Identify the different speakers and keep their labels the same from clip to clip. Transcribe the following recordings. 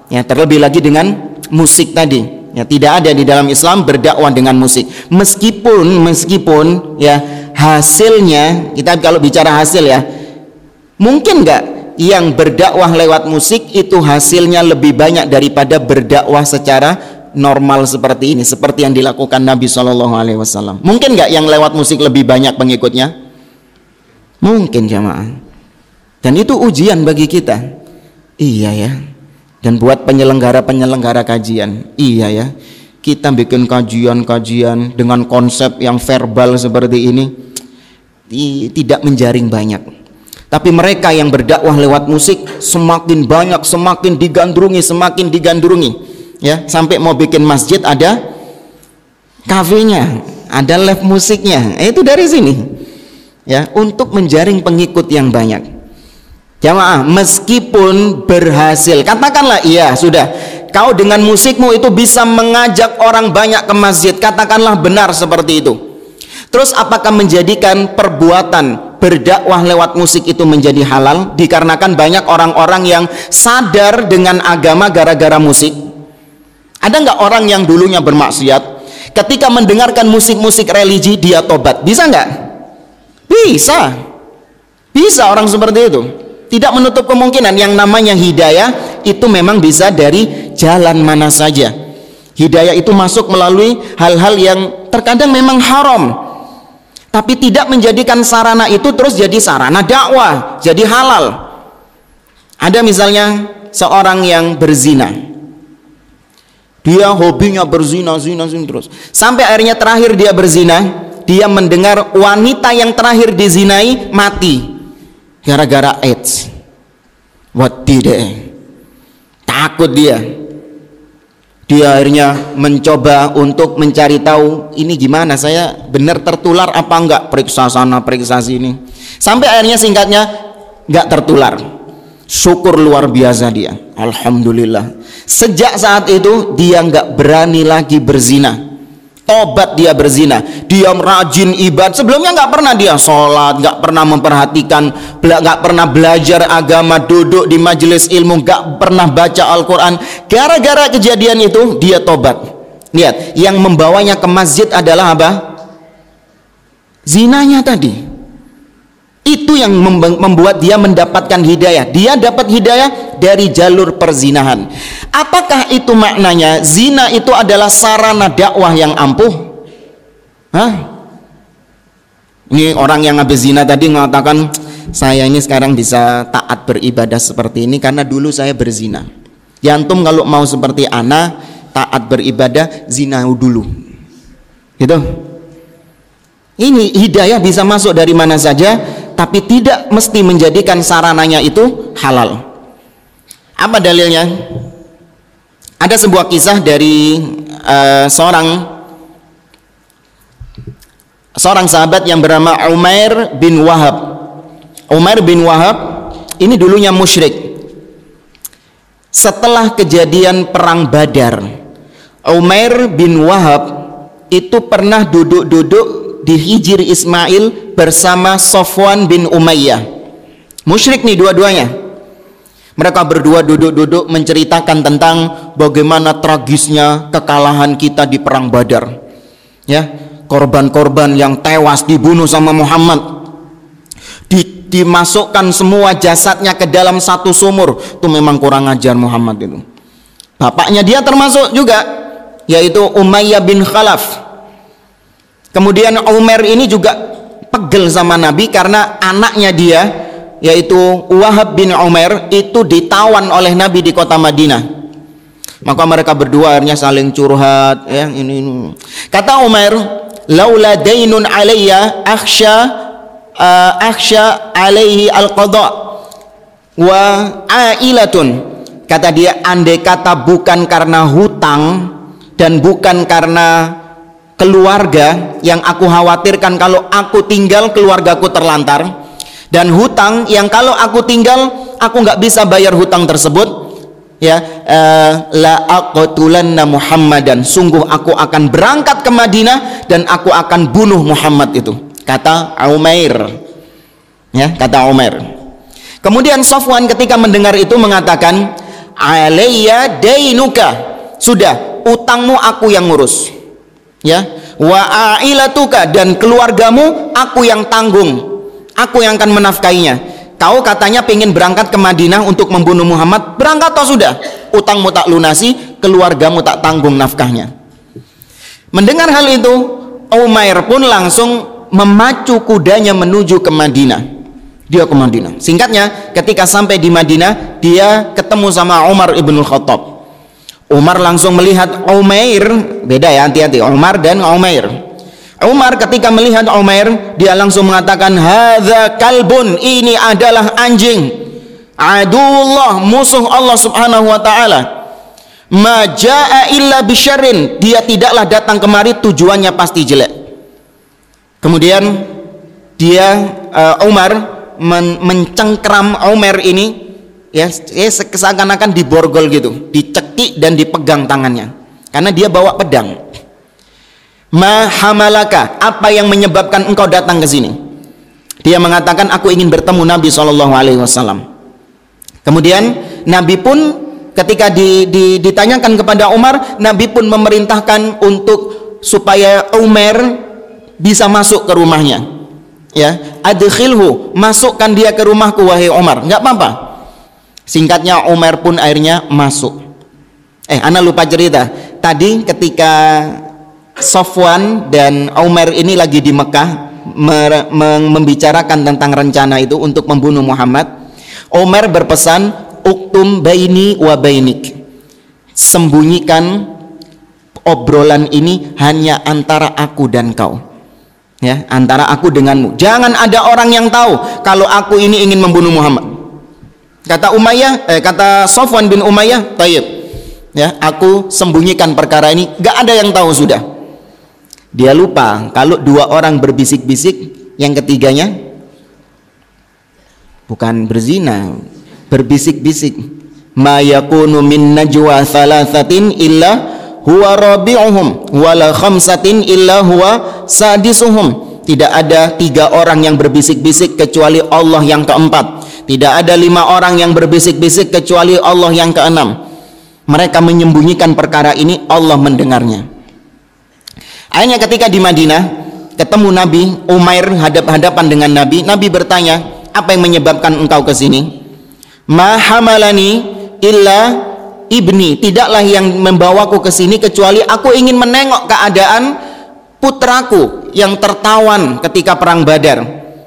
Speaker 1: Ya, terlebih lagi dengan musik tadi. Ya, tidak ada di dalam Islam berdakwah dengan musik. Meskipun ya hasilnya, kita kalau bicara hasil ya, mungkin nggak yang berdakwah lewat musik itu hasilnya lebih banyak daripada berdakwah secara normal seperti ini, seperti yang dilakukan Nabi SAW. Mungkin nggak yang lewat musik lebih banyak pengikutnya? Mungkin, jamaah. Dan itu ujian bagi kita. Iya ya. Dan buat penyelenggara kajian, iya ya, kita bikin kajian dengan konsep yang verbal seperti ini tidak menjaring banyak. Tapi mereka yang berdakwah lewat musik semakin banyak, semakin digandrungi, ya, sampai mau bikin masjid ada kafenya, ada live musiknya. Itu dari sini, ya, untuk menjaring pengikut yang banyak. Jamaah, meskipun berhasil, katakanlah iya sudah, kau dengan musikmu itu bisa mengajak orang banyak ke masjid, katakanlah benar seperti itu. Terus apakah menjadikan perbuatan berdakwah lewat musik itu menjadi halal? Dikarenakan banyak orang-orang yang sadar dengan agama gara-gara musik. Ada nggak orang yang dulunya bermaksiat, ketika mendengarkan musik-musik religi dia tobat? Bisa nggak? Bisa orang seperti itu. Tidak menutup kemungkinan. Yang namanya hidayah itu memang bisa dari jalan mana saja. Hidayah itu masuk melalui hal-hal yang terkadang memang haram, tapi tidak menjadikan sarana itu terus jadi sarana dakwah, jadi halal. Ada misalnya seorang yang berzina, dia hobinya berzina terus, sampai akhirnya terakhir dia berzina, dia mendengar wanita yang terakhir dizinai mati gara-gara AIDS. Takut dia akhirnya mencoba untuk mencari tahu ini gimana, saya benar tertular apa enggak, periksa sana periksa sini, sampai akhirnya singkatnya enggak tertular. Syukur luar biasa dia, alhamdulillah. Sejak saat itu dia enggak berani lagi berzina. Tobat dia berzina, dia rajin ibadah. Sebelumnya nggak pernah dia sholat, nggak pernah memperhatikan, nggak pernah belajar agama, duduk di majelis ilmu, nggak pernah baca Al-Quran. Gara-gara kejadian itu dia tobat. Lihat, yang membawanya ke masjid adalah apa? Zinanya tadi. Itu yang membuat dia mendapatkan hidayah. Dia dapat hidayah dari jalur perzinahan. Apakah itu maknanya zina itu adalah sarana dakwah yang ampuh? Ini orang yang habis zina tadi mengatakan, saya ini sekarang bisa taat beribadah seperti ini karena dulu saya berzina. Ya antum kalau mau seperti ana taat beribadah, zina dulu. Gitu. Ini hidayah bisa masuk dari mana saja, tapi tidak mesti menjadikan sarananya itu halal. Apa dalilnya? Ada sebuah kisah dari seorang sahabat yang bernama Umair bin Wahab. Umair bin Wahab ini dulunya musyrik. Setelah kejadian perang Badar, Umair bin Wahab itu pernah duduk-duduk di Hijr Ismail bersama Safwan bin Umayyah. Musyrik nih dua-duanya. Mereka berdua duduk-duduk menceritakan tentang bagaimana tragisnya kekalahan kita di perang Badar. Ya, korban-korban yang tewas dibunuh sama Muhammad. Dimasukkan semua jasadnya ke dalam satu sumur. Itu memang kurang ajar Muhammad itu. Bapaknya dia termasuk juga, yaitu Umayyah bin Khalaf. Kemudian Umar ini juga pegel sama Nabi karena anaknya dia, yaitu Wahab bin Umar, itu ditawan oleh Nabi di kota Madinah. Maka mereka berdua akhirnya saling curhat, ya, ini. Kata Umar, laula dainun alayya akhsha alaihi alqada wa ailatun. Kata dia, andai kata bukan karena hutang dan bukan karena keluarga yang aku khawatirkan, kalau aku tinggal keluargaku terlantar, dan hutang yang kalau aku tinggal aku nggak bisa bayar hutang tersebut, ya, la aqtulanna Muhammadan, sungguh aku akan berangkat ke Madinah dan aku akan bunuh Muhammad itu, kata Umair, ya, kata Umair. Kemudian Safwan ketika mendengar itu mengatakan, alayya dainuka, sudah utangmu aku yang ngurus, ya. Wa ailatuka, dan keluargamu aku yang tanggung, aku yang akan menafkainya. Kau katanya pengen berangkat ke Madinah untuk membunuh Muhammad, berangkat toh sudah, utangmu tak lunasi, keluargamu tak tanggung nafkahnya. Mendengar hal itu, Umair pun langsung memacu kudanya menuju ke Madinah. Dia ke Madinah. Singkatnya, ketika sampai di Madinah, dia ketemu sama Umar ibn Khattab. Umar langsung melihat Umair, beda ya, hati-hati, Umar dan Umair. Umar ketika melihat Umair, dia langsung mengatakan, hadza kalbun, ini adalah anjing, aduullah, musuh Allah subhanahu wa ta'ala, ma jaa illa bisyarrin, dia tidaklah datang kemari tujuannya pasti jelek. Kemudian dia Umar mencengkram Umair ini, ya, seakan-akan diborgol gitu, dicekik dan dipegang tangannya karena dia bawa pedang. Ma hamalaka, apa yang menyebabkan engkau datang ke sini? Dia mengatakan, aku ingin bertemu Nabi SAW. Kemudian Nabi pun ketika ditanyakan kepada Umar, Nabi pun memerintahkan untuk supaya Umair bisa masuk ke rumahnya, ya. Adkhilhu, masukkan dia ke rumahku wahai Umar, nggak apa-apa. Singkatnya Umar pun akhirnya masuk. Ana lupa cerita tadi, ketika Safwan dan Umar ini lagi di Mekah membicarakan tentang rencana itu untuk membunuh Muhammad. Umar berpesan, uktum baini wa bainik, sembunyikan obrolan ini hanya antara aku dan kau, ya, antara aku denganmu. Jangan ada orang yang tahu kalau aku ini ingin membunuh Muhammad. Kata kata Safwan bin Umayyah, tayyib, ya, aku sembunyikan perkara ini, gak ada yang tahu sudah. Dia lupa kalau dua orang berbisik-bisik, yang ketiganya bukan berzina, berbisik-bisik. Ma yakunu min najwa thalathatin illa huwa rabi'uhum wala khamsatin illa huwa sadisuhum. Tidak ada 3 orang yang berbisik-bisik kecuali Allah yang keempat. Tidak ada 5 orang yang berbisik-bisik kecuali Allah yang keenam. Mereka menyembunyikan perkara ini, Allah mendengarnya. Akhirnya ketika di Madinah ketemu Nabi, Umair hadap-hadapan dengan Nabi. Nabi bertanya, apa yang menyebabkan engkau ke sini? Ma hamalani illa ibni, tidaklah yang membawaku ke sini kecuali aku ingin menengok keadaan putraku yang tertawan ketika perang Badar.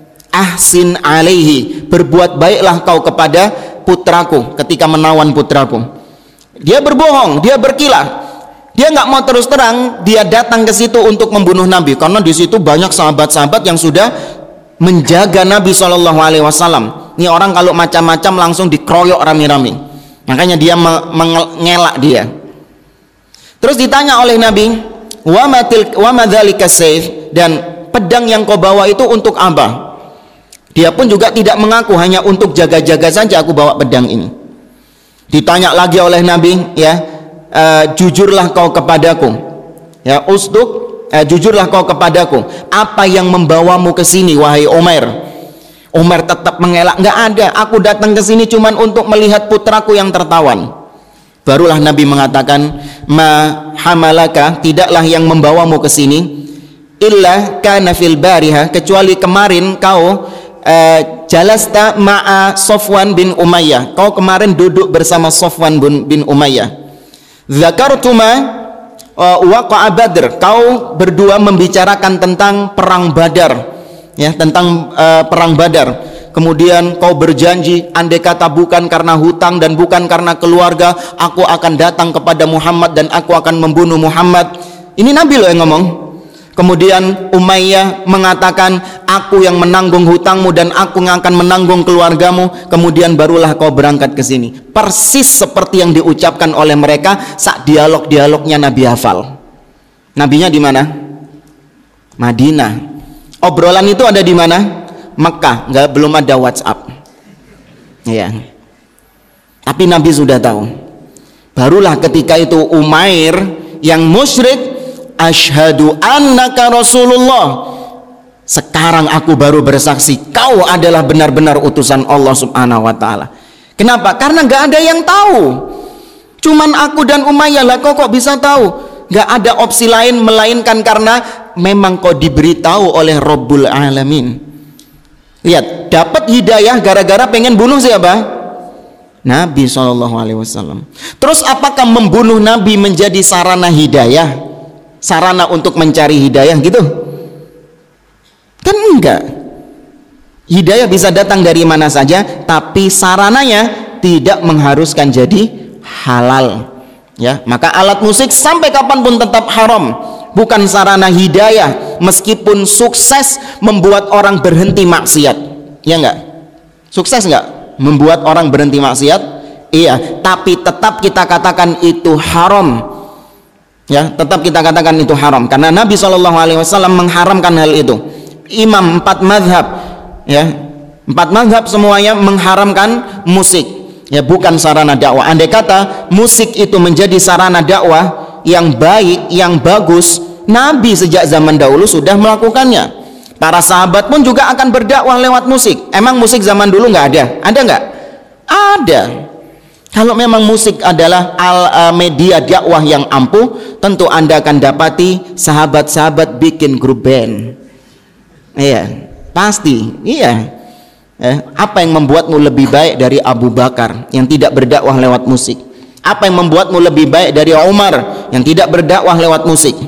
Speaker 1: Ahsin alaihi, berbuat baiklah kau kepada putraku ketika menawan putraku. Dia berbohong, dia berkilah. Dia nggak mau terus terang, dia datang ke situ untuk membunuh Nabi karena di situ banyak sahabat-sahabat yang sudah menjaga Nabi SAW. Ini orang kalau macam-macam langsung dikeroyok rame-rame. Makanya dia mengelak dia. Terus ditanya oleh Nabi, wa madzalika sayf, dan pedang yang kau bawa itu untuk apa? Dia pun juga tidak mengaku, hanya untuk jaga-jaga saja aku bawa pedang ini. Ditanya lagi oleh Nabi, ya, jujurlah kau kepadaku, ya, jujurlah kau kepadaku, apa yang membawamu ke sini wahai Umair? Umar tetap mengelak, nggak ada, aku datang ke sini cuman untuk melihat putraku yang tertawan. Barulah Nabi mengatakan, ma hamalaka, tidaklah yang membawamu ke sini illa kana fil bariha, kecuali kemarin kau jalasta ma'a Safwan bin Umayyah, kau kemarin duduk bersama Safwan bin Umayyah. Zakartuma waqa'a Badr, kau berdua membicarakan tentang perang Badar, ya, tentang perang Badar. Kemudian kau berjanji, andai kata bukan karena hutang dan bukan karena keluarga, aku akan datang kepada Muhammad dan aku akan membunuh Muhammad. Ini Nabi loh yang ngomong. Kemudian Umayyah mengatakan, aku yang menanggung hutangmu dan aku yang akan menanggung keluargamu. Kemudian barulah kau berangkat ke sini. Persis seperti yang diucapkan oleh mereka saat dialog-dialognya Nabi hafal. Nabinya di mana? Madinah. Obrolan itu ada di mana? Mekah. Belum ada WhatsApp. Ya. Tapi Nabi sudah tahu. Barulah ketika itu Umair yang musyrik, asyhadu annaka Rasulullah, sekarang aku baru bersaksi kau adalah benar-benar utusan Allah Subhanahu wa taala. Kenapa? Karena nggak ada yang tahu Cuman aku dan Umayyah, lah kok bisa tahu? Gak ada opsi lain melainkan karena memang kau diberitahu oleh Rabbul Alamin. Lihat, dapat hidayah gara-gara pengen bunuh siapa? Nabi SAW. Terus apakah membunuh Nabi menjadi sarana hidayah? Sarana untuk mencari hidayah gitu? Kan enggak. Hidayah bisa datang dari mana saja, tapi sarananya tidak mengharuskan jadi halal. Ya, maka alat musik sampai kapanpun tetap haram, bukan sarana hidayah, meskipun sukses membuat orang berhenti maksiat. Ya enggak? Sukses enggak membuat orang berhenti maksiat? Iya, tapi tetap kita katakan itu haram. Ya, tetap kita katakan itu haram karena Nabi SAW mengharamkan hal itu. Imam 4 mazhab, ya, 4 mazhab semuanya mengharamkan musik. Ya, bukan sarana dakwah. Andai kata musik itu menjadi sarana dakwah yang baik, yang bagus, Nabi sejak zaman dahulu sudah melakukannya. Para sahabat pun juga akan berdakwah lewat musik. Emang musik zaman dulu nggak ada? Ada nggak? Ada. Kalau memang musik adalah media dakwah yang ampuh, tentu Anda akan dapati sahabat-sahabat bikin grup band. Iya, pasti. Iya. Apa yang membuatmu lebih baik dari Abu Bakar yang tidak berdakwah lewat musik? Apa yang membuatmu lebih baik dari Umar yang tidak berdakwah lewat musik?